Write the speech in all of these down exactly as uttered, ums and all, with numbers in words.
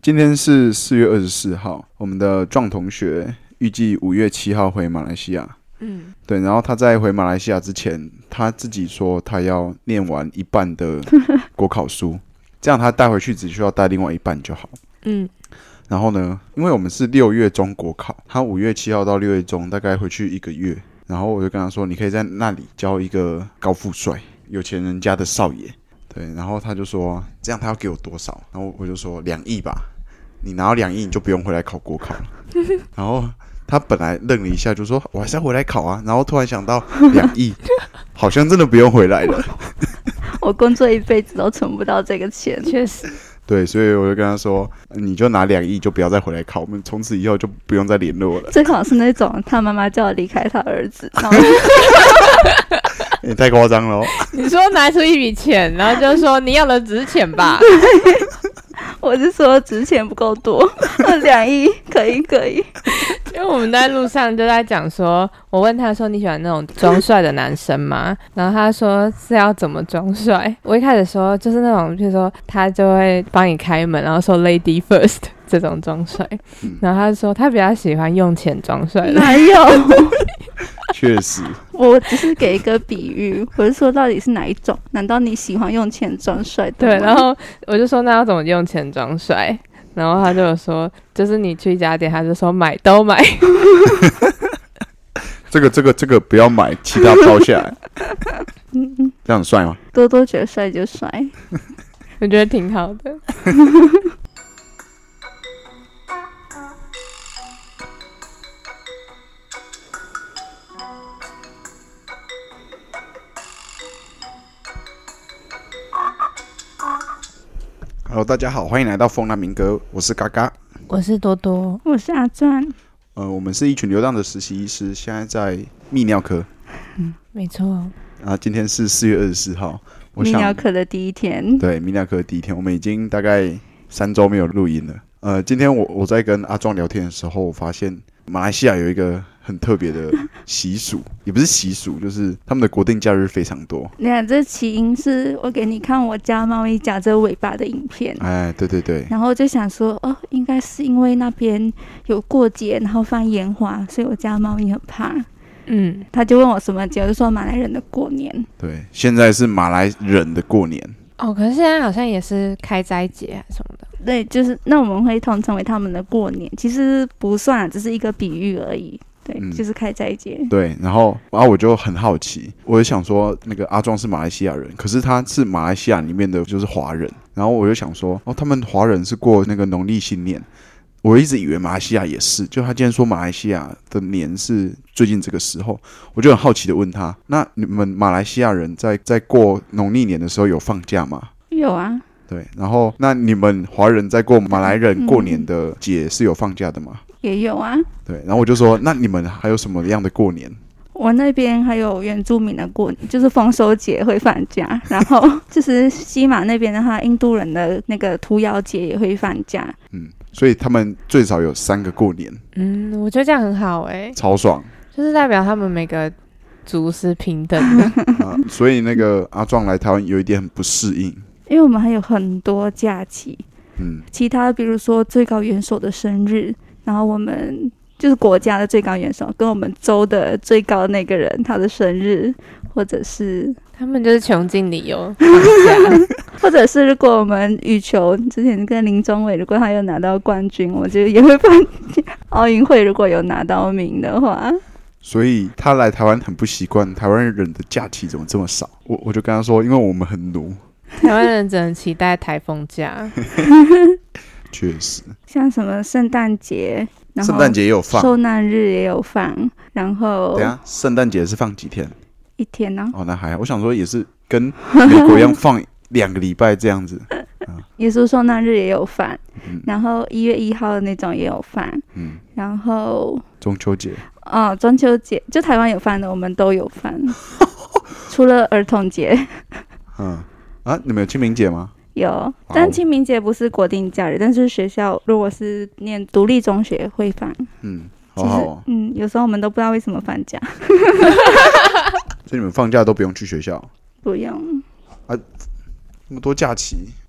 今天是四月二十四号，我们的壮同学预计五月七号回马来西亚。嗯，对，然后他在回马来西亚之前，他自己说他要念完一半的国考书，这样他带回去只需要带另外一半就好。嗯，然后呢，因为我们是六月中国考，他五月七号到六月中大概回去一个月，然后我就跟他说，你可以在那里交一个高富帅、有钱人家的少爷。对，然后他就说，这样他要给我多少？然后我就说两亿吧，你拿到两亿你就不用回来考国考了。然后他本来愣了一下，就说我还是要回来考啊，然后突然想到两亿，好像真的不用回来了。 我工作一辈子都存不到这个钱， 确实。 对，所以我就跟他说，你就拿两亿，就不要再回来考，我们从此以后就不用再联络了。 最好是那种他妈妈叫我离开他儿子，然后你太夸张了哦。 你说拿出一笔钱，然后就说你要的只是钱吧？ 我是说值钱不够多，两亿可以可以。 因为我们在路上就在讲说，我问他说你喜欢那种装帅的男生吗？然后他说是要怎么装帅？我一开始说就是那种，比如说他就会帮你开门，然后说 Lady First 这种装帅。然后他说他比较喜欢用钱装帅的。 哪有？ 确实， 我只是给一个比喻，我是说到底是哪一种？难道你喜欢用钱装帅的吗？ 对，然后我就说那要怎么用钱装帅？然后他就有说，就是你去一家店，他就说买都买。 这个这个这个不要买，其他包下来。这样很帅吗？ 多多觉得帅就帅， 我觉得挺好的。 Hello， 大家好，欢迎来到风南民歌，我是嘎嘎， 我是多多， 我是阿钻。 呃，我们是一群流浪的实习医师，现在在泌尿科。 嗯，没错。 啊，今天是四月二十四号， 泌尿科的第一天。 对，泌尿科的第一天，我们已经大概三周没有录音了。呃，今天我我在跟阿壮聊天的时候，我发现马来西亚有一个很特别的习俗，也不是习俗，就是他们的国定假日非常多。 你看，这起因是我给你看我家猫咪夹着尾巴的影片。 哎，对对对。 然后就想说，哦，应该是因为那边有过节，然后放烟花，所以我家猫咪很怕。嗯，他就问我什么节，我就说马来人的过年。 对，现在是马来人的过年。 哦，可是现在好像也是开斋节还是什么的。 对，就是那我们会统称为他们的过年，其实不算，只是一个比喻而已。对、嗯，就是开斋节。 对，然后然后我就很好奇，我就想说，那个阿壮是马来西亚人，可是他是马来西亚里面的就是华人，然后我就想说，哦，他们华人是过那个农历新年，我一直以为马来西亚也是，就他今天说马来西亚的年是最近这个时候，我就很好奇的问他，那你们马来西亚人在在过农历年的时候有放假吗？ 有啊。 对，然后那你们华人在过马来人过年的节是有放假的吗？ 嗯、也有啊。 对，然后我就说，那你们还有什么样的过年？ 我那边还有原住民的过年，就是丰收节会放假，然后就是西马那边的话，印度人的那个屠妖节也会放假。 嗯，所以他们最少有三个过年。 嗯，我觉得这样很好哎、欸， 超爽， 就是代表他们每个族是平等的。 啊、所以那个阿壮来台湾有一点很不适应。 因为我们还有很多假期， 嗯， 其他比如说最高元首的生日，然后我们就是国家的最高元首跟我们州的最高那个人他的生日，或者是他们就是穷尽理由放假， 或者是如果我们羽球之前跟林宗伟，如果他有拿到冠军，我觉得也会放假。奥运会如果有拿到名的话。 所以他来台湾很不习惯，台湾人的假期怎么这么少？我我就跟他说，因为我们很奴。 台湾人只能期待台风假。 确实， 像什么圣诞节， 圣诞节也有放， 受难日也有放，然后等一下圣诞节是放几天？ 一天呢、 啊？哦，那还好，我想说也是跟美国一样放两个礼拜这样子。 啊、耶稣受难日也有放、嗯，然后一月一号的那种也有放，嗯，然后中秋节， 哦，中秋节就台湾有放的，我们都有放，除了儿童节。嗯。 啊，你们有清明节吗？ 有，但清明节不是国定假日，但是学校如果是念独立中学会放。嗯，好好、哦。嗯，有时候我们都不知道为什么放假。 所以你们放假都不用去学校？ 不用。 啊，那么多假期，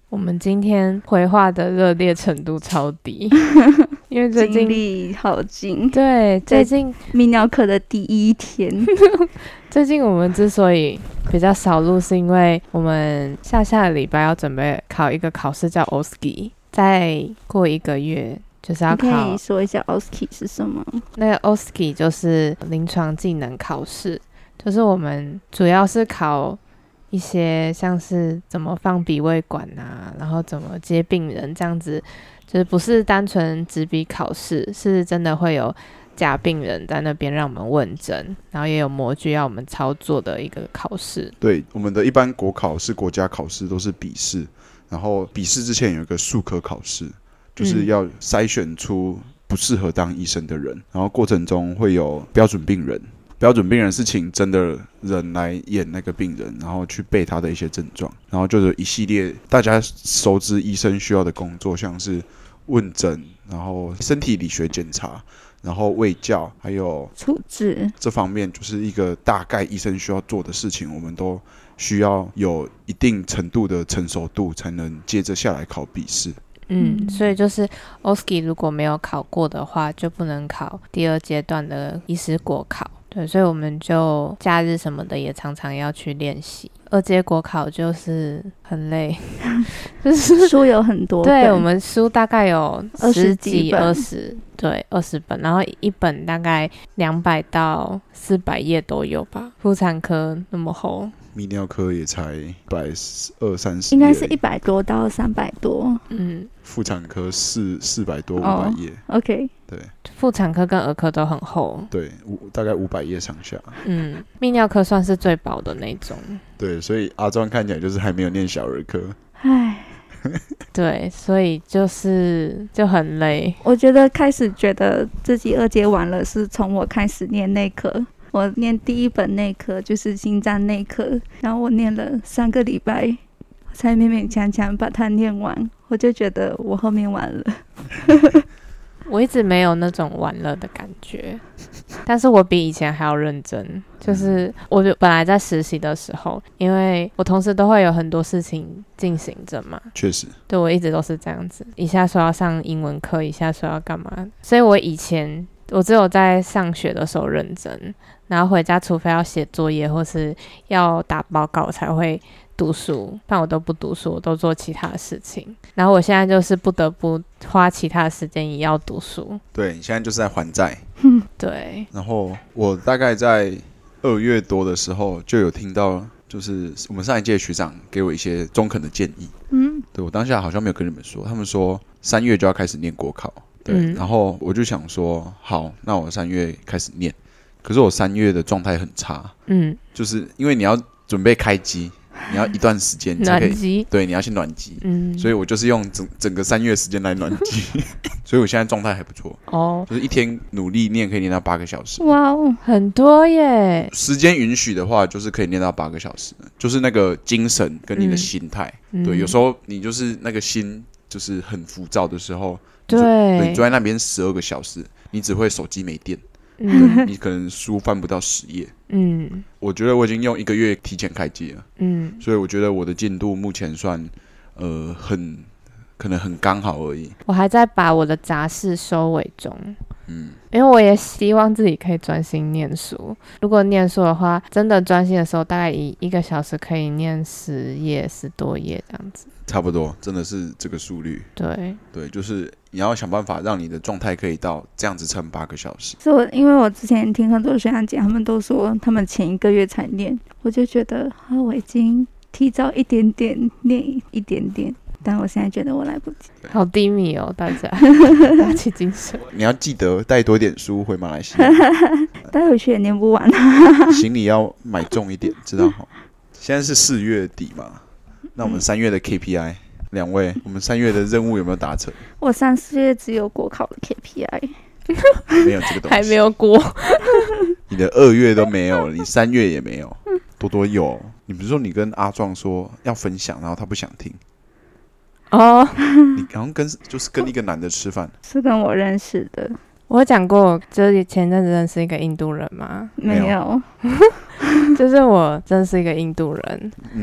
我们今天回话的热烈程度超低，因为最近精力好尽。 对，最近泌尿科的第一天， 最近我们之所以比较少录，是因为我们下下个礼拜要准备考一个考试叫 O S C I， 再过一个月就是要考。 你可以说一下 O S C I 是什么？ 那个 O S C I 就是临床技能考试，就是我们主要是考一些像是怎么放鼻胃管啊，然后怎么接病人这样子，就是不是单纯纸笔考试，是真的会有假病人在那边让我们问诊，然后也有模具要我们操作的一个考试。 对，我们的一般国考是国家考试，都是笔试，然后笔试之前有一个术科考试，就是要筛选出不适合当医生的人，然后过程中会有标准病人。标准病人是请真的人来演那个病人，然后去背他的一些症状，然后就是一系列大家熟知医生需要的工作，像是问诊，然后身体理学检查，然后卫教，还有处置这方面，就是一个大概医生需要做的事情，我们都需要有一定程度的成熟度，才能接着下来考笔试。 嗯，所以就是 O S C I 如果没有考过的话，就不能考第二阶段的医师国考。对，所以我们就假日什么的也常常要去练习。二阶国考就是很累，就是书有很多本， 对，我们书大概有十几、 二二十，对，二十本，然后一本大概两百到四百页都有吧。妇产科那么厚， 泌尿科也才一百二三十， 应该是一百多到三百多。 嗯， 妇产科四四百多五百页。 OK， 对， 妇产科跟儿科都很厚， 对，大概五百页上下。 嗯，泌尿科算是最薄的那种。 对，所以阿庄看起来就是还没有念小儿科。 唉， 对，所以就是就很累。 我觉得开始觉得自己二阶完了，是从我开始念内科。我念第一本内科就是心脏内科，然后我念了三个礼拜，才勉勉强强把它念完。我就觉得我后面完了。 我一直没有那种完了的感觉，但是我比以前还要认真。就是我就本来在实习的时候，因为我同时都会有很多事情进行着嘛， 确实， 对，我一直都是这样子，一下说要上英文课，一下说要干嘛，所以我以前我只有在上学的时候认真，然后回家除非要写作业或是要打报告才会读书，不然我都不读书，我都做其他的事情。然后我现在就是不得不花其他的时间也要读书。 对，你现在就是在还债。 对。 然后我大概在二月多的时候就有听到，就是我们上一届学长给我一些中肯的建议。嗯，对，我当下好像没有跟你们说，他们说三月就要开始念国考。对，嗯、然后我就想说，好，那我三月开始念。可是我三月的状态很差。嗯，就是因为你要准备开机。你要一段时间才可以， 暖机， 对，你要去暖机，嗯，所以我就是用整整个三月时间来暖机，所以我现在状态还不错，哦，就是一天努力念可以念到八个小时， 哇哦，很多耶！ 时间允许的话，就是可以念到八个小时，就是那个精神跟你的心态，嗯、对，有时候你就是那个心就是很浮躁的时候， 对， 对，你坐在那边十二个小时，你只会手机没电。嗯、你可能书翻不到十页。嗯，我觉得我已经用一个月提前开机了。嗯，所以我觉得我的进度目前算，呃，很可能很刚好而已。 我还在把我的杂事收尾中。嗯，因为我也希望自己可以专心念书。如果念书的话，真的专心的时候，大概一一个小时可以念十页、十多页这样子。 差不多，真的是这个速率。 对对，就是你要想办法让你的状态可以到这样子撑八个小时。 是我，因为我之前听很多学长姐，他们都说他们前一个月才念，我就觉得啊，我已经提早一点点念一点点。但我现在觉得我来不及， 好低迷哦，大家打起精神。 你要记得带多点书回马来西亚， 带回去也念不完。 行李要买重一点，知道吗？现在是四月底嘛，那我们三月的 K P I， 两位，我们三月的任务有没有达成？ 我三四月只有国考的 K P I， 没有这个东西， 还没有过。 你的二月都没有，你三月也没有，多多有。你比如说，你跟阿壮说要分享，然后他不想听。哦，你好像跟就是跟一个男的吃饭， 是跟我认识的。 我有讲过，就是前阵子认识一个印度人吗？ 没有， 就是我认识一个印度人，嗯，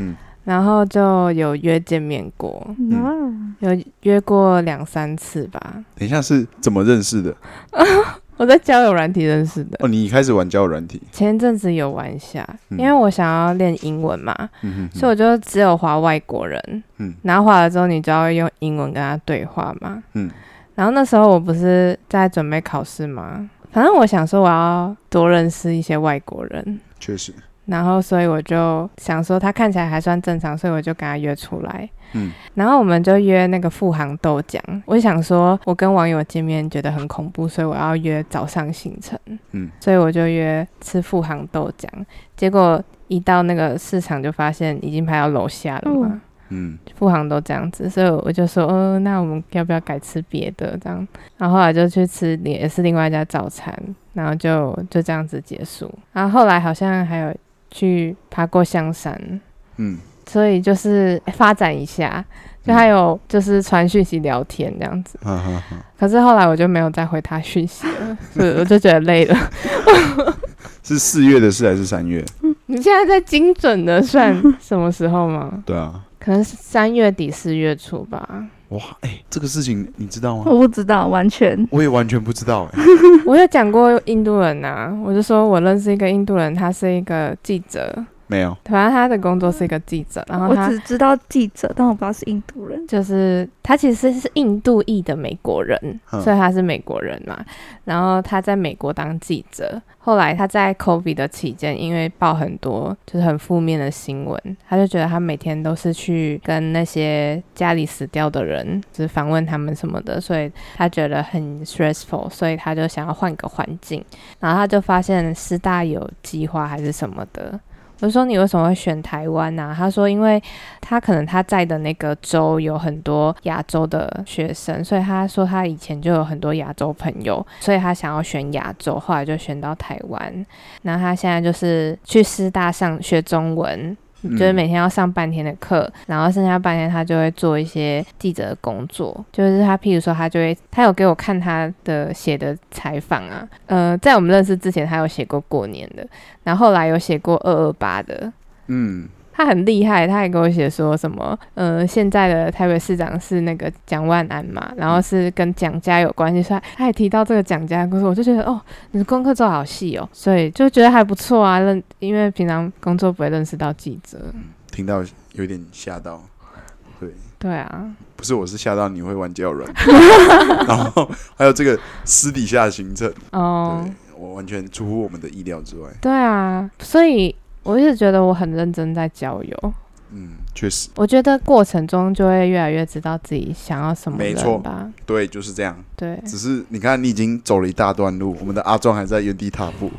然后就有约见面过， 嗯， 有约过两三次吧。 等一下是怎么认识的？ 我在交友软体认识的。 哦，你开始玩交友软体？ 前一阵子有玩一下， 嗯、 因为我想要练英文嘛， 嗯、哼哼， 所以我就只有滑外国人，嗯，然后滑了之后你就要用英文跟他对话嘛，嗯，然后那时候我不是在准备考试吗？反正我想说我要多认识一些外国人， 确实， 然后所以我就想说他看起来还算正常，所以我就跟他约出来，嗯，然后我们就约那个富航豆浆。我想说我跟网友见面觉得很恐怖，所以我要约早上行程，嗯，所以我就约吃富航豆浆。结果一到那个市场就发现已经排到楼下了嘛，嗯，富航都这样子，所以我就说，呃，那我们要不要改吃别的这样？然后后来就去吃也是另外一家早餐，然后就就这样子结束。然后后来好像还有去爬过香山，嗯，所以就是发展一下，就还有就是传讯息聊天这样子。嗯、可是后来我就没有再回他讯息了，所以我就觉得累了。 是四月的事还是三月？ 你现在在精准的算什么时候吗？ 对啊， 可能是三月底四月初吧。 哇，哎、欸，这个事情你知道吗？ 我不知道，完全， 我也完全不知道、欸。 我有讲过印度人啊，我就说我认识一个印度人，他是一个记者。 没有， 反正他的工作是一个记者，然后他我只知道记者，但我不知道是印度人。 就是他其实是印度裔的美国人，嗯、所以他是美国人嘛。然后他在美国当记者，后来他在 COVID 的期间，因为报很多就是很负面的新闻，他就觉得他每天都是去跟那些家里死掉的人，就是访问他们什么的，所以他觉得很 stressful， 所以他就想要换个环境。然后他就发现师大有计划还是什么的。我就说你为什么会选台湾啊？他说因为他可能他在的那个州有很多亚洲的学生，所以他说他以前就有很多亚洲朋友，所以他想要选亚洲，后来就选到台湾。然后他现在就是去师大上学中文，就是每天要上半天的课，然后剩下半天他就会做一些记者的工作，就是他譬如说他就会他有给我看他的写的采访啊，呃，在我们认识之前他有写过过年的，然后后来有写过二二八的，嗯，他很厉害，他还给我写说什么，呃，现在的台北市长是那个蒋万安嘛，然后是跟蒋家有关系，所以他还提到这个蒋家的故事，我就觉得哦，你的功课做好细哦，所以就觉得还不错啊，认因为平常工作不会认识到记者， 听到有点吓到，对， 对啊， 不是我是吓到你会玩交友软件，然后还有这个私底下的行程，哦，对，我完全出乎我们的意料之外， 对啊，所以。我一直觉得我很认真在交友， 嗯，确实， 我觉得过程中就会越来越知道自己想要什么人吧。没错， 对，就是这样。 对， 只是你看，你已经走了一大段路，我们的阿壮还在原地踏步。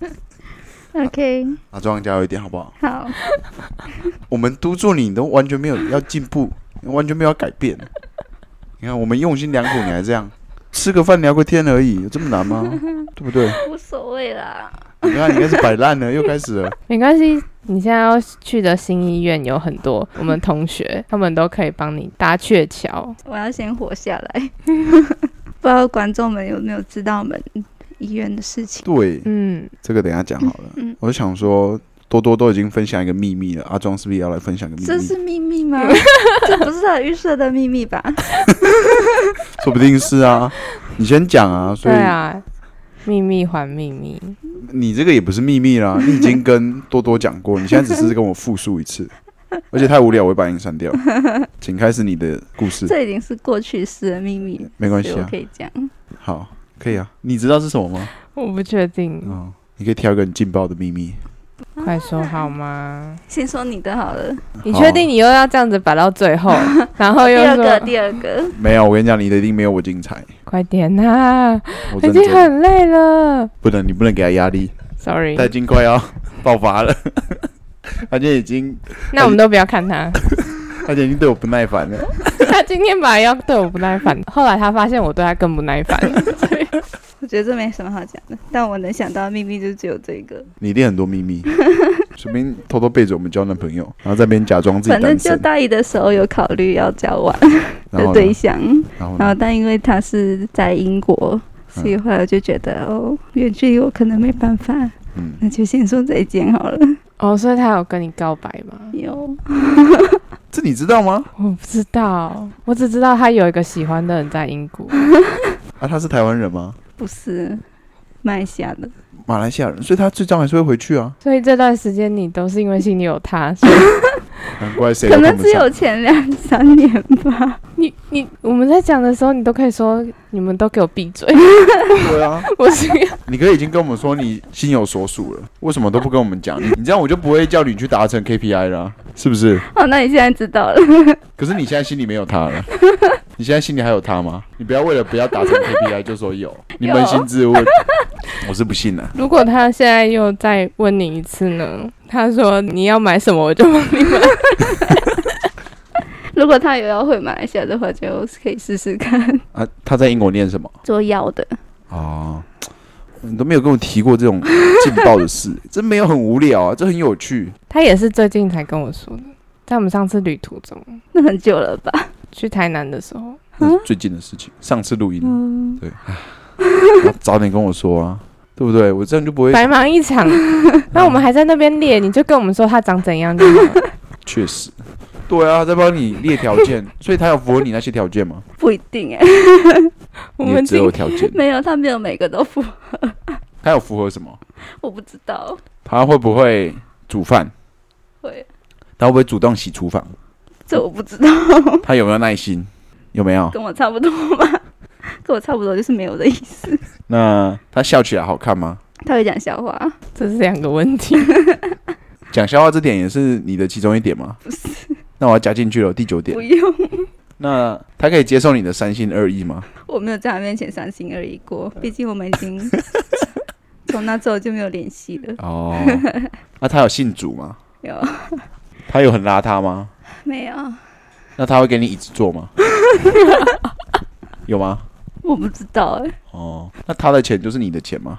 OK， 阿壮加油一点好不好？ 好。 我们督促你，你都完全没有要进步，完全没有要改变。你看，我们用心良苦，你还这样，吃个饭聊个天而已，有这么难吗？对不对？ 无所谓啦。 你看，你开始摆烂了，又开始了。 没关系，你现在要去的新医院有很多我们同学，他们都可以帮你搭鹊桥。 我要先活下来。不知道观众们有没有知道我们医院的事情？ 对，嗯，这个等一下讲好了。嗯，我就想说，多多都已经分享一个秘密了，阿庄是不是也要来分享个秘密？ 这是秘密吗？这不是他预设的秘密吧？ 说不定是啊，你先讲啊。所以对啊。秘密还秘密， 你这个也不是秘密啦，你已经跟多多讲过，你现在只是跟我复述一次，而且太无聊，我会把你删掉。请开始你的故事。 这已经是过去式的秘密， 没关系啊， 我可以讲。 好，可以啊。你知道是什么吗？ 我不确定。 哦，你可以挑一个很劲爆的秘密。 快说好吗？ 先说你的好了。 你确定你又要这样子摆到最后，然后又说第二个第二个？ 没有，我跟你讲，你的一定没有我精彩。 快点啊！我已经很累了。 不能，你不能给他压力。 Sorry， 他已经快要爆发了。他今天已经…… 那我们都不要看他。 他已经对我不耐烦了。 他今天本来要对我不耐烦，后来他发现我对他更不耐烦。 我觉得这没什么好讲的，但我能想到的秘密就只有这个。 你一定很多秘密，随便偷偷背着我们交男朋友，然后在那边假装自己单身。 反正就大一的时候有考虑要交往的对象，然 后, 然后但因为他是在英国，所以后来我就觉得、嗯、哦，远距离我可能没办法，嗯，那就先说再见好了。 哦，所以他有跟你告白吗？ 有。 这你知道吗？ 我不知道，我只知道他有一个喜欢的人在英国。 啊，他是台湾人吗？ 不是，马来西亚的。 马来西亚人，所以他最终还是会回去啊。 所以这段时间你都是因为心里有他，所以难怪谁都可看不上。 能只有前两三年吧。 你你我们在讲的时候，你都可以说你们都给我闭嘴。 对啊， 我是你可以已经跟我们说你心有所属了，为什么都不跟我们讲？你你这样我就不会叫你去达成 K P I 了、啊，是不是？ 哦，那你现在知道了。 可是你现在心里没有他了，你现在心里还有他吗？你不要为了不要达成 K P I 就说有，你扪心自问，我是不信的、啊。 如果他现在又再问你一次呢？他说你要买什么，我就帮你买。 如果他有要回马来西亚的话，就可以试试看。 啊，他在英国念什么？ 做药的。 哦，你都没有跟我提过这种劲爆的事，这没有很无聊啊，这很有趣。 他也是最近才跟我说的，在我们上次旅途中， 那很久了吧？ 去台南的时候， 那是最近的事情。上次录音， 嗯、 对，早点跟我说啊，对不对？我这样就不会白忙一场。那我们还在那边列，你就跟我们说他长怎样就好了。 确实。对啊，在帮你列条件，所以他有符合你那些条件吗？ 不一定哎、 欸， 我们只有条件， 没有，他没有每个都符合。 他有符合什么？ 我不知道。 他会不会煮饭？ 会。 他会不会主动洗厨房？ 这我不知道。 他有没有耐心？有没有？ 跟我差不多吧，跟我差不多就是没有的意思。 那他笑起来好看吗？ 他会讲笑话， 这是两个问题。 讲笑话这点也是你的其中一点吗？ 不是。 那我要加进去了，第九点。 不用。 那他可以接受你的三心二意吗？ 我没有在他面前三心二意过，毕竟我们已经从那之后就没有联系了。 哦，那他有信主吗？ 有。 他有很邋遢吗？ 没有。 那他会给你椅子坐吗？有吗？ 我不知道哎、欸。 哦，那他的钱就是你的钱吗？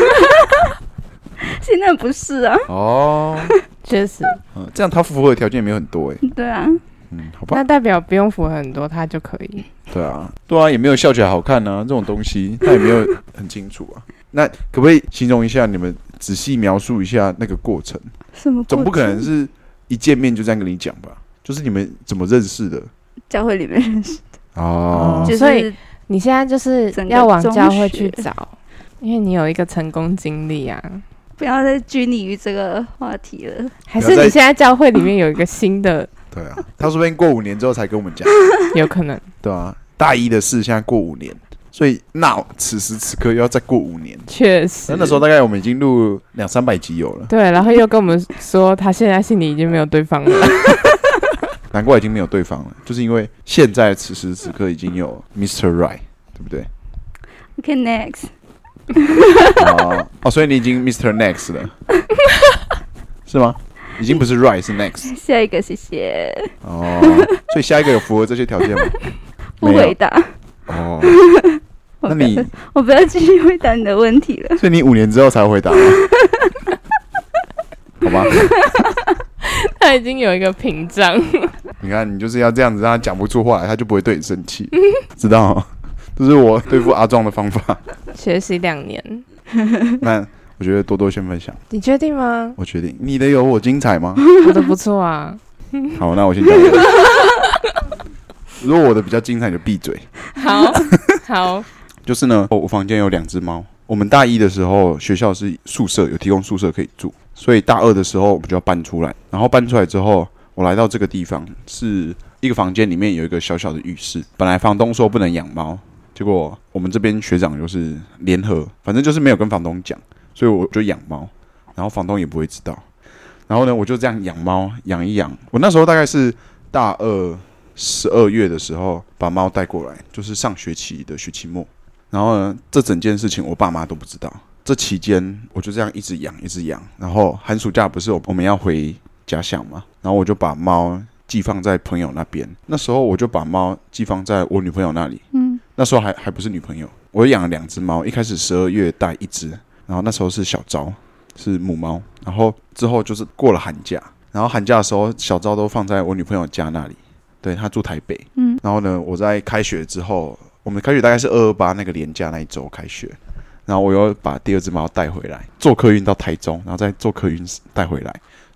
现在不是啊。 哦， 确实。 嗯，这样他符合的条件也没有很多哎、欸。 对啊。 嗯，好吧。 那代表不用符合很多，他就可以。 对啊，对啊，也没有笑起来好看啊，这种东西他也没有很清楚啊。那可不可以形容一下，你们仔细描述一下那个过程？ 什么过程？ 总不可能是一见面就这样跟你讲吧？就是你们怎么认识的？ 教会里面认识的。 哦， 就是、 所以你现在就是要往教会去找，因为你有一个成功经历啊。 不要再拘泥于这个话题了。 还是你现在教会里面有一个新的？ 对啊，他说不定过五年之后才跟我们讲。 有可能。 对啊，大一的事现在过五年，所以那此时此刻又要再过五年。 确实。 那时候大概我们已经录两三百集有了。 对，然后又跟我们说他现在心里已经没有对方了。 难怪已经没有对方了，就是因为现在此时此刻已经有 Mister Right， 对不对 ？OK next 哦。哦，所以你已经 Mister Next 了，是吗？已经不是 Right 是 Next。 下一个，谢谢。 哦，所以下一个有符合这些条件吗？ 不回答。 哦，那你我不要继续回答你的问题了。 所以你五年之后才回答吗？好吧。 他已经有一个屏障。 你看，你就是要这样子让他讲不出话来，他就不会对你生气，知道吗？这是我对付阿壮的方法。 学习两年。 那我觉得多多先分享。 你确定吗？ 我确定。你的有我精彩吗？ 我的不错啊。 好，那我先讲我的。如果我的比较精彩，你就闭嘴。 好，好。 就是呢，我房间有两只猫。我们大一的时候，学校是宿舍，有提供宿舍可以住，所以大二的时候我们就要搬出来。然后搬出来之后，我来到这个地方，是一个房间里面有一个小小的浴室。本来房东说不能养猫，结果我们这边学长就是联合，反正就是没有跟房东讲，所以我就养猫，然后房东也不会知道。然后呢，我就这样养猫，养一养。我那时候大概是大二十二月的时候把猫带过来，就是上学期的学期末。然后呢，这整件事情我爸妈都不知道。这期间我就这样一直养，一直养。然后寒暑假不是我们要回家乡嘛，然后我就把猫寄放在朋友那边。那时候我就把猫寄放在我女朋友那里。嗯，那时候还还不是女朋友。我养了两只猫，一开始十二月带一只，然后那时候是小昭，是母猫。然后之后就是过了寒假，然后寒假的时候小昭都放在我女朋友家那里。对，她住台北。嗯，然后呢，我在开学之后。我们开学大概是二二八那个连假那一周开学，然后我又把第二只猫带回来，坐客运到台中，然后再坐客运带回来，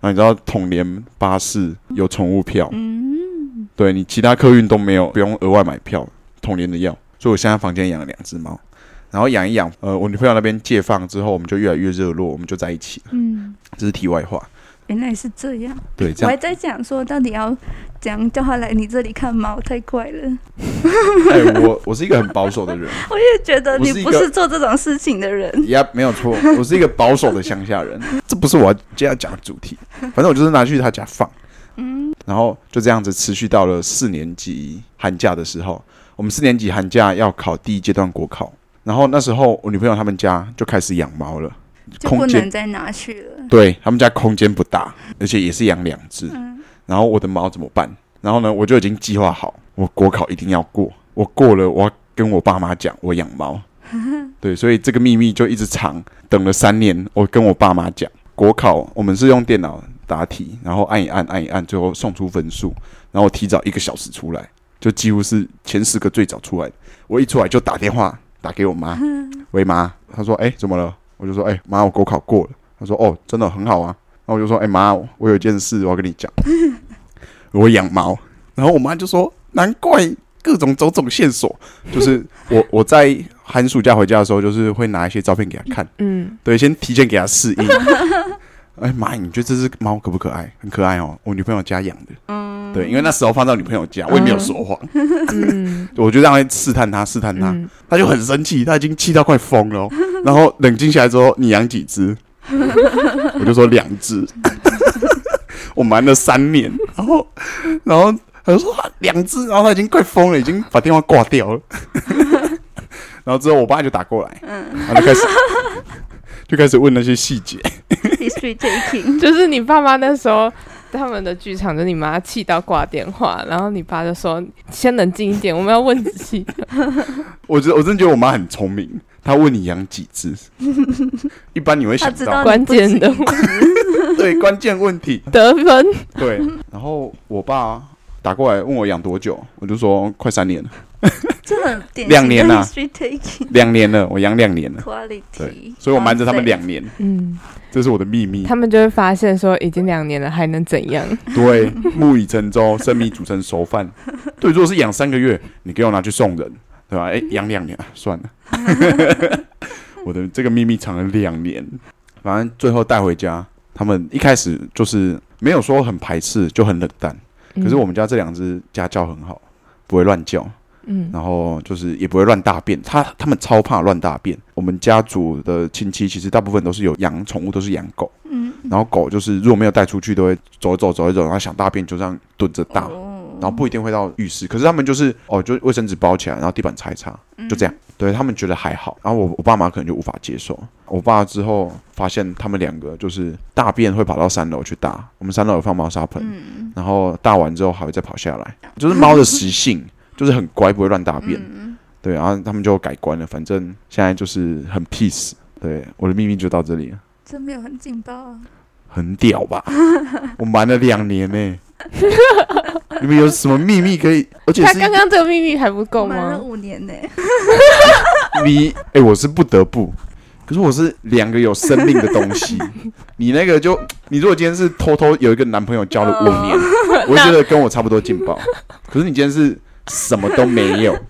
然后你知道统联巴士有宠物票， 嗯， 对你其他客运都没有，不用额外买票，统联的要，所以我现在房间养了两只猫，然后养一养，呃，我女朋友那边解放之后，我们就越来越热络，我们就在一起了。嗯，这是题外话。 原来是这样。 对，这样。 我还在讲说，到底要怎样叫他来你这里看猫，太快了。 哎，我我是一个很保守的人。 我也觉得你不是做这种事情的人。 呀，没有错，我是一个保守的乡下人。这不是我接下来讲的主题，反正我就是拿去他家放。嗯，然后就这样子持续到了四年级寒假的时候，我们四年级寒假要考第一阶段国考，然后那时候我女朋友他们家就开始养猫了。 就不能再拿去了。 对，他们家空间不大，而且也是养两只、嗯。然后我的猫怎么办？然后呢，我就已经计划好，我国考一定要过。我过了，我要跟我爸妈讲我养猫。对，所以这个秘密就一直藏，等了三年，我跟我爸妈讲，国考我们是用电脑答题，然后按一按，按一按，最后送出分数。然后我提早一个小时出来，就几乎是前十个最早出来的。我一出来就打电话打给我妈，喂妈，她说：“哎、欸，怎么了？”我就说：“哎、欸，妈，我国考过了。”她说：“哦，真的很好啊。”然后我就说：“哎、欸，妈，我有一件事我要跟你讲，我养猫。”然后我妈就说：“难怪各种种种线索，就是我我在寒暑假回家的时候，就是会拿一些照片给她看，嗯，对，先提前给她示意。哎、欸，妈，你觉得这只猫可不可爱？很可爱哦，我女朋友家养的，嗯，对，因为那时候放到女朋友家，我也没有说谎，嗯，我就让她试探她，试探她，她、嗯、就很生气，她已经气到快疯了、哦。然后冷静下来之后，你养几只？我就说两只。我瞒了三年，然后，然后他就说两只，然后他已经快疯了，已经把电话挂掉了。然后之后我爸就打过来，嗯，然后就开始就开始问那些细节。 History taking， 就是你爸妈那时候他们的剧场，就是你妈气到挂电话，然后你爸就说先冷静一点，我们要问仔细。 我觉得我真的觉得我妈很聪明。他问你养几只，一般你会想到关键的问题， 对，关键问题得分。 对，然后我爸打过来问我养多久，我就说快三年了。 这很典型的两年了，两年了，我养两年了。 Quality， 对，所以我瞒着他们两年。嗯，这是我的秘密。 他们就会发现说已经两年了，还能怎样？ 对，木已成舟，生米煮成熟饭。对，如果是养三个月，你给我拿去送人。对吧？哎，养两年啊，算了。我的这个秘密藏了两年，反正最后带回家，他们一开始就是没有说很排斥，就很冷淡。可是我们家这两只家教很好，不会乱叫，嗯，然后就是也不会乱大便。他他们超怕乱大便。我们家族的亲戚其实大部分都是有养宠物，都是养狗，嗯，然后狗就是如果没有带出去，都会走一走走一走，然后想大便就这样蹲着大。哦，然后不一定会到浴室，可是他们就是哦，就卫生纸包起来，然后地板擦一擦，就这样。嗯、对他们觉得还好，然后我我爸妈可能就无法接受。我爸之后发现他们两个就是大便会跑到三楼去大，我们三楼有放猫砂盆，嗯、然后大完之后还会再跑下来，就是猫的习性，就是很乖，不会乱大便。嗯、对，然后他们就改观了，反正现在就是很 peace。对，我的秘密就到这里了。 这没有很劲爆啊。很屌吧？我瞒了两年呢、欸。你们有什么秘密可以？而且是他刚刚这个秘密还不够吗？ 瞒了五年呢、欸。 你哎、欸，我是不得不，可是我是两个有生命的东西。你那个就，你如果今天是偷偷有一个男朋友交了五年，哦、我觉得跟我差不多劲爆。可是你今天是什么都没有。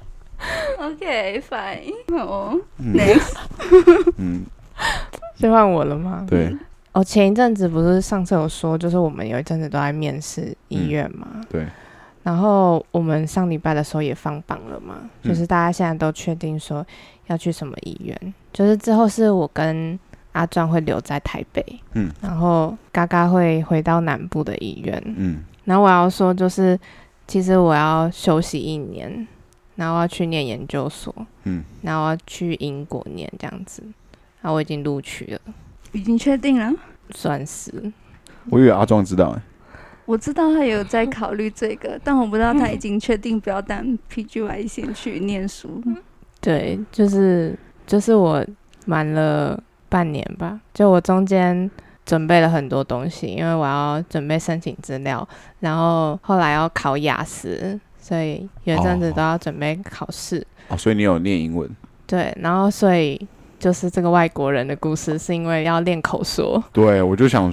OK fine， 哦、嗯、，next， 嗯，就换我了吗？ 对。 哦，前一阵子不是上次有说，就是我们有一阵子都在面试医院嘛、嗯， 对。 然后我们上礼拜的时候也放榜了嘛，嗯、就是大家现在都确定说要去什么医院，就是之后是我跟阿壮会留在台北，嗯，然后嘎嘎会回到南部的医院，嗯。然后我要说就是，其实我要休息一年，然后我要去念研究所，嗯，然后我要去英国念这样子，然后我已经录取了。 已经确定了， 算是。 我以为阿壮知道哎、欸。 我知道他有在考虑这个，但我不知道他已经确定不要当 P G Y 先去念书。 对，就是就是我满了半年吧，就我中间准备了很多东西，因为我要准备申请资料，然后后来要考雅思，所以有一阵子都要准备考试。 哦，所以你有念英文？ 对，然后所以。就是这个外国人的故事，是因为要练口说。 对，我就想说，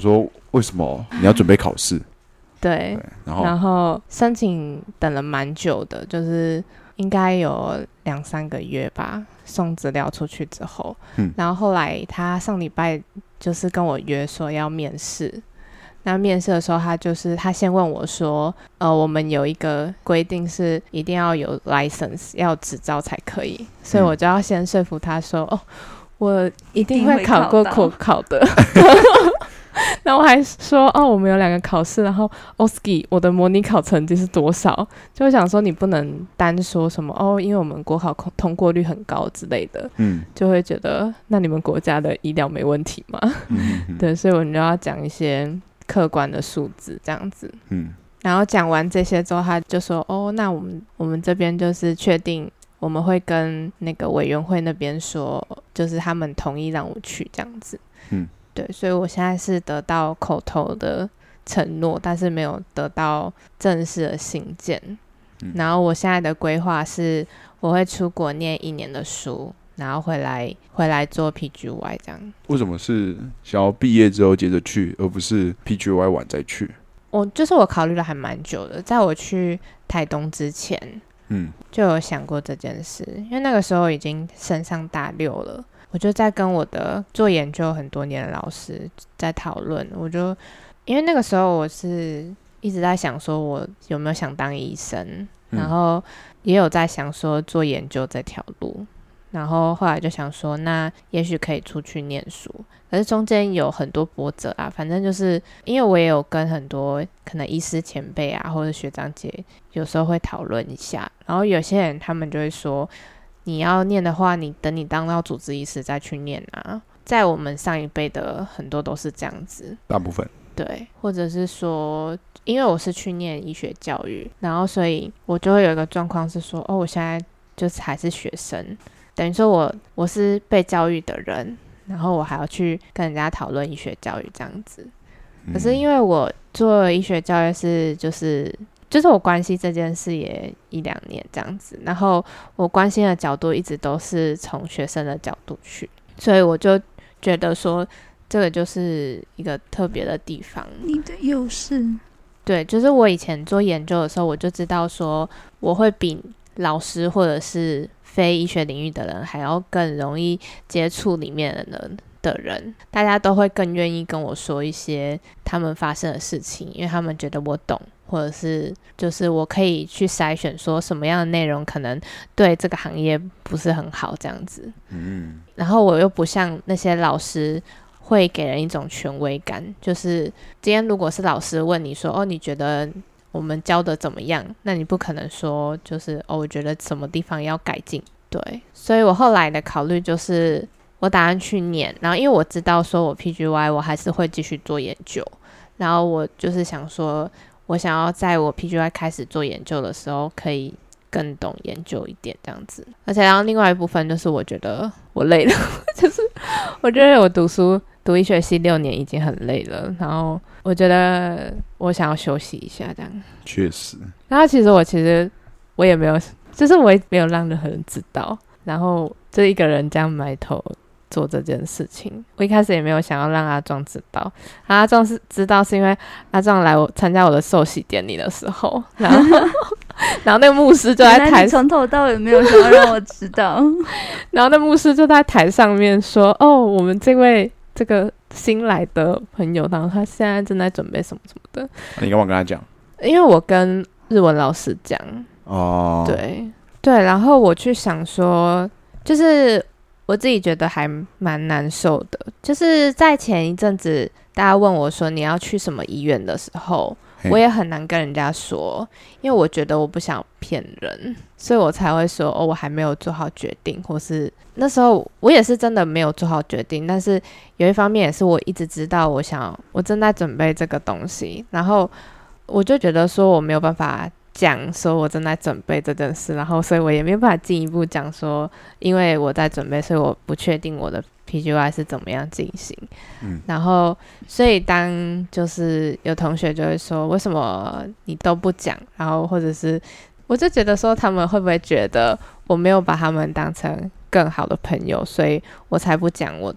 为什么你要准备考试？ 对， 对，然后然后申请等了蛮久的，就是应该有两三个月吧，送资料出去之后，嗯，然后后来他上礼拜就是跟我约说要面试。那面试的时候，他就是他先问我说，呃，我们有一个规定是一定要有 license， 要有执照才可以，所以我就要先说服他说，嗯、哦，我一定会考过国考的。然后我还说，哦，我们有两个考试，然后 O S C I 我的模拟考成绩是多少？就会想说你不能单说什么哦，因为我们国考通过率很高之类的，嗯，就会觉得那你们国家的医疗没问题吗？嗯嗯对，所以我们就要讲一些客观的数字这样子，嗯，然后讲完这些之后，他就说，哦，那我们我们这边就是确定。我们会跟那个委员会那边说，就是他们同意让我去这样子，嗯，对，所以我现在是得到口头的承诺，但是没有得到正式的信件。嗯、然后我现在的规划是，我会出国念一年的书，然后回来回来做 P G Y 这样。 为什么是想要毕业之后接着去，而不是 P G Y 完再去？ 我就是我考虑了还蛮久的，在我去台东之前。嗯，就有想过这件事，因为那个时候已经升上大六了，我就在跟我的做研究很多年的老师在讨论，我就因为那个时候我是一直在想说我有没有想当医生，嗯、然后也有在想说做研究这条路，然后后来就想说那也许可以出去念书，可是中间有很多波折啊，反正就是因为我也有跟很多可能医师前辈啊或者学长姐有时候会讨论一下，然后有些人他们就会说你要念的话你等你当到主治医师再去念啊，在我们上一辈的很多都是这样子， 大部分对，或者是说因为我是去念医学教育，然后所以我就会有一个状况是说哦我现在就是还是学生，等于说我我是被教育的人，然后我还要去跟人家讨论医学教育这样子。可是因为我做医学教育是就是就是我关心这件事也一两年这样子，然后我关心的角度一直都是从学生的角度去，所以我就觉得说这个就是一个特别的地方。 你的优势， 对，就是我以前做研究的时候，我就知道说我会比老师或者是非医学领域的人还要更容易接触里面的人的人，大家都会更愿意跟我说一些他们发生的事情，因为他们觉得我懂，或者是就是我可以去筛选说什么样的内容可能对这个行业不是很好这样子。嗯，然后我又不像那些老师会给人一种权威感，就是今天如果是老师问你说哦你觉得我们教的怎么样，那你不可能说就是哦我觉得什么地方要改进，对，所以我后来的考虑就是我打算去念，然后因为我知道说我 P G Y 我还是会继续做研究，然后我就是想说我想要在我 P G Y 开始做研究的时候可以更懂研究一点这样子，而且然后另外一部分就是我觉得我累了就是我觉得我读书读医学系六年已经很累了，然后我觉得我想要休息一下这样。 确实， 然后其实我其实我也没有就是我也没有让任何人知道，然后就一个人这样埋头做这件事情，我一开始也没有想要让阿壮知道，阿壮是知道是因为阿壮来我参加我的受洗典礼的时候，然后然后那个牧师就在台从头到尾没有想要让我知道然后那牧师就在台上面说哦我们这位这个新来的朋友，然后他现在正在准备什么什么的。 你干嘛跟他讲？ 因为我跟日文老师讲哦，对对，然后我去想说就是我自己觉得还蛮难受的，就是在前一阵子大家问我说你要去什么医院的时候，我也很难跟人家说，因为我觉得我不想骗人，所以我才会说哦我还没有做好决定，或是那时候我也是真的没有做好决定，但是有一方面也是我一直知道我想我正在准备这个东西，然后我就觉得说我没有办法讲说我正在准备这件事，然后所以我也没有办法进一步讲说因为我在准备所以我不确定我的 P G Y 是怎么样进行、嗯、然后所以当就是有同学就会说为什么你都不讲，然后或者是我就觉得说他们会不会觉得我没有把他们当成更好的朋友，所以我才不讲我的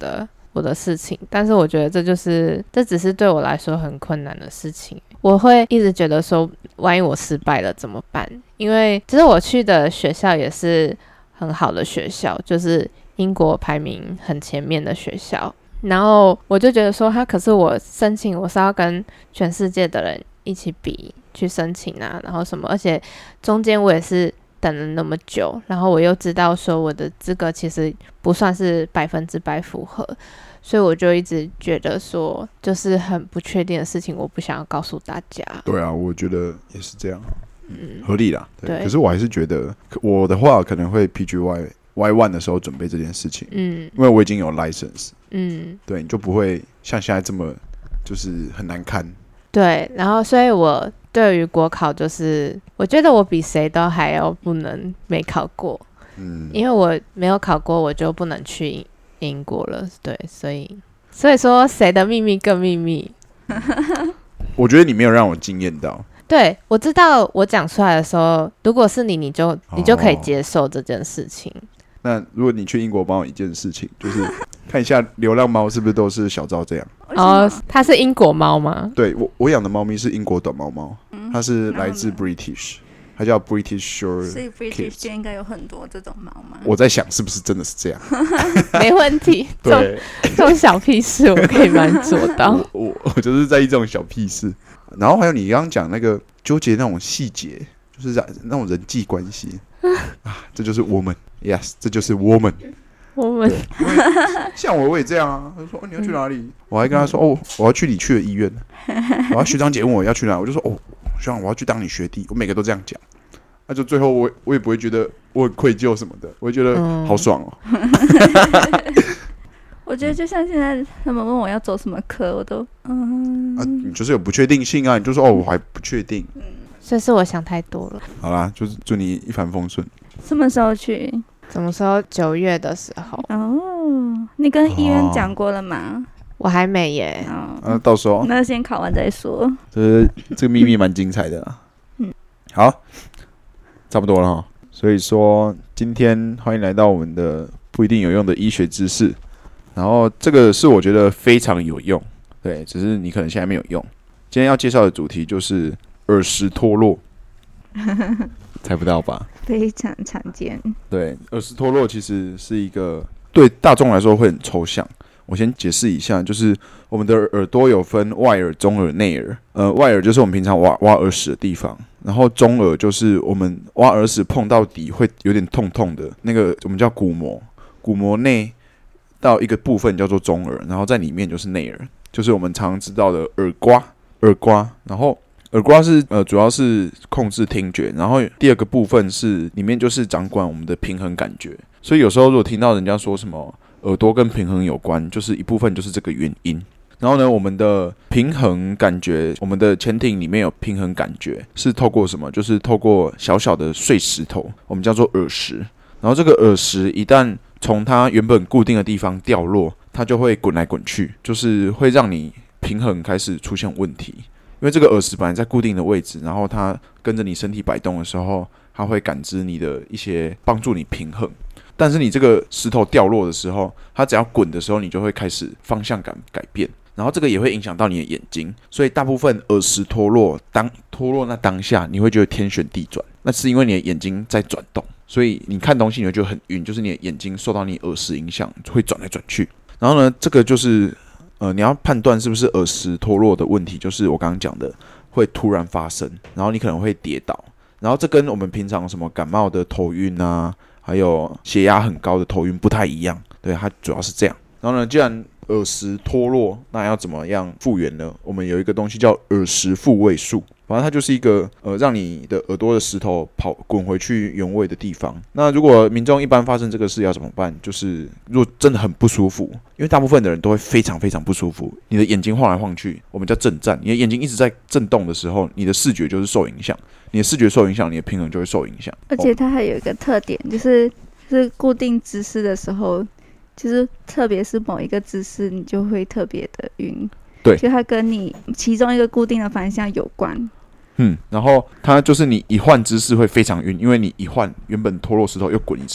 我的事情，但是我觉得这就是这只是对我来说很困难的事情。我会一直觉得说万一我失败了怎么办，因为其实我去的学校也是很好的学校，就是英国排名很前面的学校，然后我就觉得说他可是我申请我是要跟全世界的人一起比去申请啊，然后什么，而且中间我也是等了那么久，然后我又知道说我的资格其实不算是百分之百符合，所以我就一直觉得说就是很不确定的事情我不想要告诉大家。 对啊，我觉得也是这样，嗯，合理啦。 对, 对， 可是我还是觉得我的话可能会 P G Y Y 一 的时候准备这件事情，嗯，因为我已经有 license， 嗯，对，你就不会像现在这么就是很难看。 对，然后所以我对于国考就是我觉得我比谁都还要不能没考过，嗯，因为我没有考过我就不能去英国了，对，所以所以说谁的秘密更秘密。 我觉得你没有让我惊艳到。 对，我知道我讲出来的时候如果是你你就你就可以接受这件事情，哦， 那如果你去英国帮我一件事情，就是看一下流浪猫是不是都是小赵这样。 哦，它是英国猫吗？ 对，我我养的猫咪是英国短毛猫，嗯，它是来自 British， 它叫 British Short， 所以 British 就应该有很多这种猫吗？ 我在想是不是真的是这样。 没问题，对，这种小屁事我可以蛮做到。 我, 我, 我就是在意这种小屁事。然后还有你刚刚讲那个纠结那种细节，就是那种人际关系啊，这就是 woman， yes， 这就是 woman。 我们像我我也这样啊，他说，哦，你要去哪里，嗯，我还跟他说，哦，我要去你去的医院，然后学长姐问我要去哪，我就说，哦，学长我要去当你学弟，我每个都这样讲，那就最后我我也不会觉得我很愧疚什么的，我会觉得好爽哦。嗯， 我觉得就像现在他们问我要走什么科，我都嗯啊，你就是有不确定性啊，你就说哦我还不确定，嗯， 所以是我想太多了。 好啦，就是祝你一帆风顺。 什么时候去？ 什么时候？九月的时候。 哦，你跟医院讲过了吗？ 哦，我还没耶。 哦，啊，到时候那先考完再说。 这这个秘密蛮精彩的啊。嗯，好，差不多了哈。所以说今天欢迎来到我们的不一定有用的医学知识。然后这个是我觉得非常有用，对，只是你可能现在没有用。今天要介绍的主题就是耳石脱落。猜不到吧？ 非常常见。 对，耳石脱落其实是一个对大众来说会很抽象。我先解释一下，就是我们的耳朵有分外耳、中耳、内耳。呃，外耳就是我们平常挖挖耳屎的地方，然后中耳就是我们挖耳屎碰到底会有点痛痛的那个，我们叫鼓膜。鼓膜内到一个部分叫做中耳，然后在里面就是内耳，就是我们常常知道的耳刮。耳刮，然后耳刮是呃主要是控制听觉，然后第二个部分是里面就是掌管我们的平衡感觉。所以有时候如果听到人家说什么耳朵跟平衡有关，就是一部分就是这个原因。然后呢，我们的平衡感觉，我们的前庭里面有平衡感觉，是透过什么？就是透过小小的碎石头，我们叫做耳石。然后这个耳石一旦从它原本固定的地方掉落，它就会滚来滚去，就是会让你平衡开始出现问题。因为这个耳石本来在固定的位置，然后它跟着你身体摆动的时候，它会感知你的一些帮助你平衡。但是你这个石头掉落的时候，它只要滚的时候，你就会开始方向感改变，然后这个也会影响到你的眼睛。所以大部分耳石脱落，当脱落那当下，你会觉得天旋地转，那是因为你的眼睛在转动，所以你看东西你会觉得很晕，就是你的眼睛受到你耳石影响，会转来转去。然后呢，这个就是呃，你要判断是不是耳石脱落的问题，就是我刚刚讲的会突然发生，然后你可能会跌倒，然后这跟我们平常什么感冒的头晕啊，还有血压很高的头晕不太一样，对，它主要是这样。然后呢，既然耳石脱落，那要怎么样复原呢？我们有一个东西叫耳石复位术，反正它就是一个呃，让你的耳朵的石头跑滚回去原位的地方。那如果民众一般发生这个事要怎么办？就是如果真的很不舒服，因为大部分的人都会非常非常不舒服，你的眼睛晃来晃去，我们叫震颤，你的眼睛一直在震动的时候，你的视觉就是受影响，你的视觉受影响，你的平衡就会受影响。 而且它还有一个特点，就是是固定姿势的时候，就是特别是某一个姿势，你就会特别的晕。 对， 就它跟你其中一个固定的方向有关。 嗯，然后它就是你一换姿势会非常晕，因为你一换原本脱落石头又滚一次，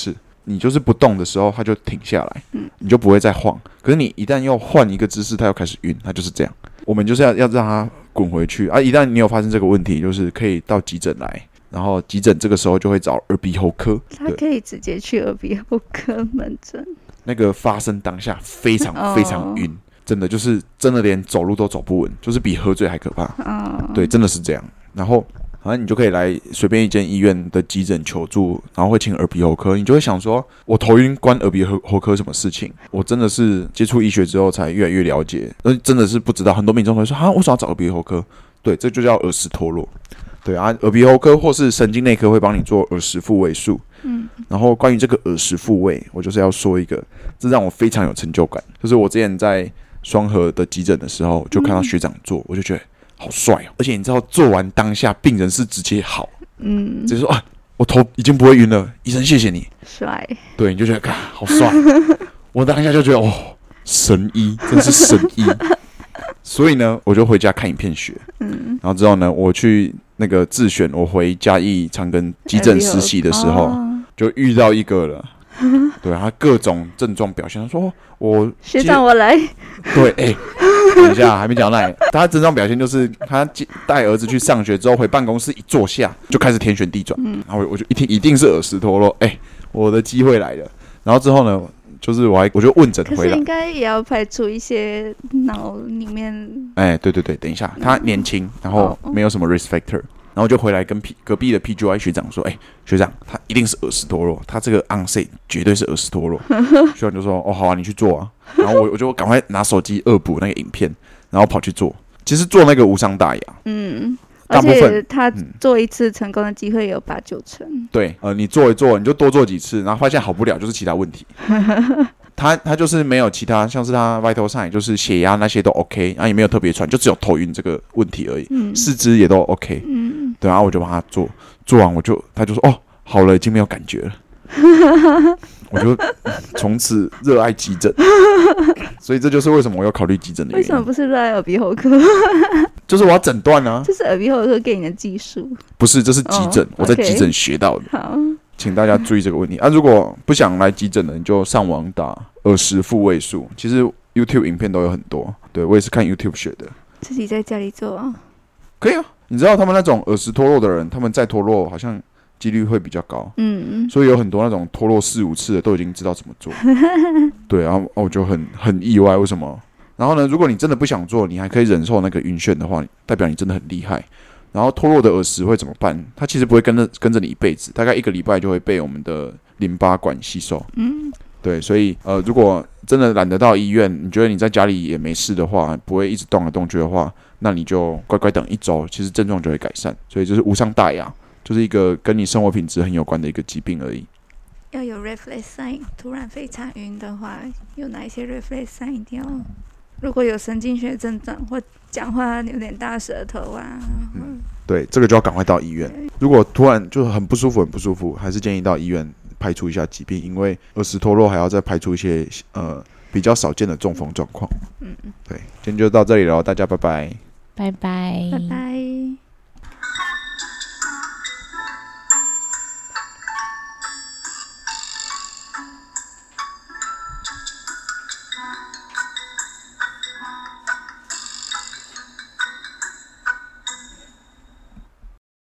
你就是不动的时候，它就停下来，嗯，你就不会再晃。可是你一旦又换一个姿势，它又开始晕，它就是这样。我们就是要要让它滚回去啊！一旦你有发生这个问题，就是可以到急诊来，然后急诊这个时候就会找耳鼻喉科。 他可以直接去耳鼻喉科门诊。 那个发生当下非常非常晕， oh. 真的就是真的连走路都走不稳，就是比喝醉还可怕。Oh. 对，真的是这样。然后反正你就可以来随便一间医院的急诊求助，然后会请耳鼻喉科，你就会想说，我头晕关耳鼻喉科什么事情？我真的是接触医学之后才越来越了解，真的是不知道。很多民众会说，啊，为什么要找耳鼻喉科？对，这就叫耳石脱落。对啊，耳鼻喉科或是神经内科会帮你做耳石复位术。嗯，然后关于这个耳石复位，我就是要说一个，这让我非常有成就感。就是我之前在双和的急诊的时候，就看到学长做，我就觉得好帅哦！而且你知道，做完当下病人是直接好，嗯，直接说啊，我头已经不会晕了，医生谢谢你， 帅。 对，你就觉得啊，好帅。我当下就觉得哦，神医，真是神医。所以呢，我就回家看影片学，嗯，然后之后呢，我去那个自选，我回嘉义长庚急诊实习的时候，哦、就遇到一个了，对他各种症状表现，他说我学长我来， 对，哎、欸，等一下还没讲来，他症状表现就是他带儿子去上学之后回办公室一坐下就开始天旋地转，嗯，然后我就一听一定是耳石脱落，哎、欸，我的机会来了，然后之后呢？就是我还我就问诊回来，可是应该也要排除一些脑里面。 哎、欸，对对对，等一下，他年轻，然后没有什么 risk factor，然后就回来跟 P, 隔壁的 P G Y 学长说，哎、欸，学长，他一定是耳石脱落，他这个 onset 绝对是耳石脱落。学长就说，哦，好啊，你去做啊。然后我我就赶快拿手机恶补那个影片，然后跑去做。其实做那个无伤大雅，嗯。 而且他做一次成功的机会有八九成。 对，呃，你做一做，你就多做几次，然后发现好不了，就是其他问题。他他就是没有其他，像是他 vital sign， 就是血压那些都 OK， 然后也没有特别喘，就只有头晕这个问题而已。嗯、四肢也都 OK。嗯，对，然后我就帮他做，做完我就他就说哦，好了，已经没有感觉了。我就从此热爱急诊，所以这就是为什么我要考虑急诊的原因。 为什么不是热爱耳鼻喉科？ 就是我要诊断啊， 这是耳鼻喉科给你的技术， 不是，这是急诊，哦、我在急诊学到的。 好， 请大家注意这个问题啊！如果不想来急诊的，你就上网打耳石复位术，其实 YouTube 影片都有很多。对，我也是看 YouTube 学的。 自己在家里做啊？ 可以啊。你知道他们那种耳石脱落的人，他们再脱落好像几率会比较高，嗯，所以有很多那种脱落四五次的都已经知道怎么做。对，然后我就很很意外，为什么？然后呢，如果你真的不想做，你还可以忍受那个晕眩的话，代表你真的很厉害。然后脱落的耳石会怎么办？它其实不会跟着跟着你一辈子，大概一个礼拜就会被我们的淋巴管吸收。嗯，对，所以呃，如果真的懒得到医院，你觉得你在家里也没事的话，不会一直动来动去的话，那你就乖乖等一周，其实症状就会改善。所以就是无伤大雅，就是一个跟你生活品质很有关的一个疾病而已。 要有 reflex sign， 突然非常晕的话，有哪一些 reflex sign 一定要？如果有神经学症状或讲话有点大舌头啊， 嗯，对，这个就要赶快到医院。如果突然就很不舒服，很不舒服，还是建议到医院排除一下疾病，因为耳石脱落还要再排除一些呃比较少见的中风状况。嗯，对，今天就到这里了，大家拜拜， 拜拜， 拜拜。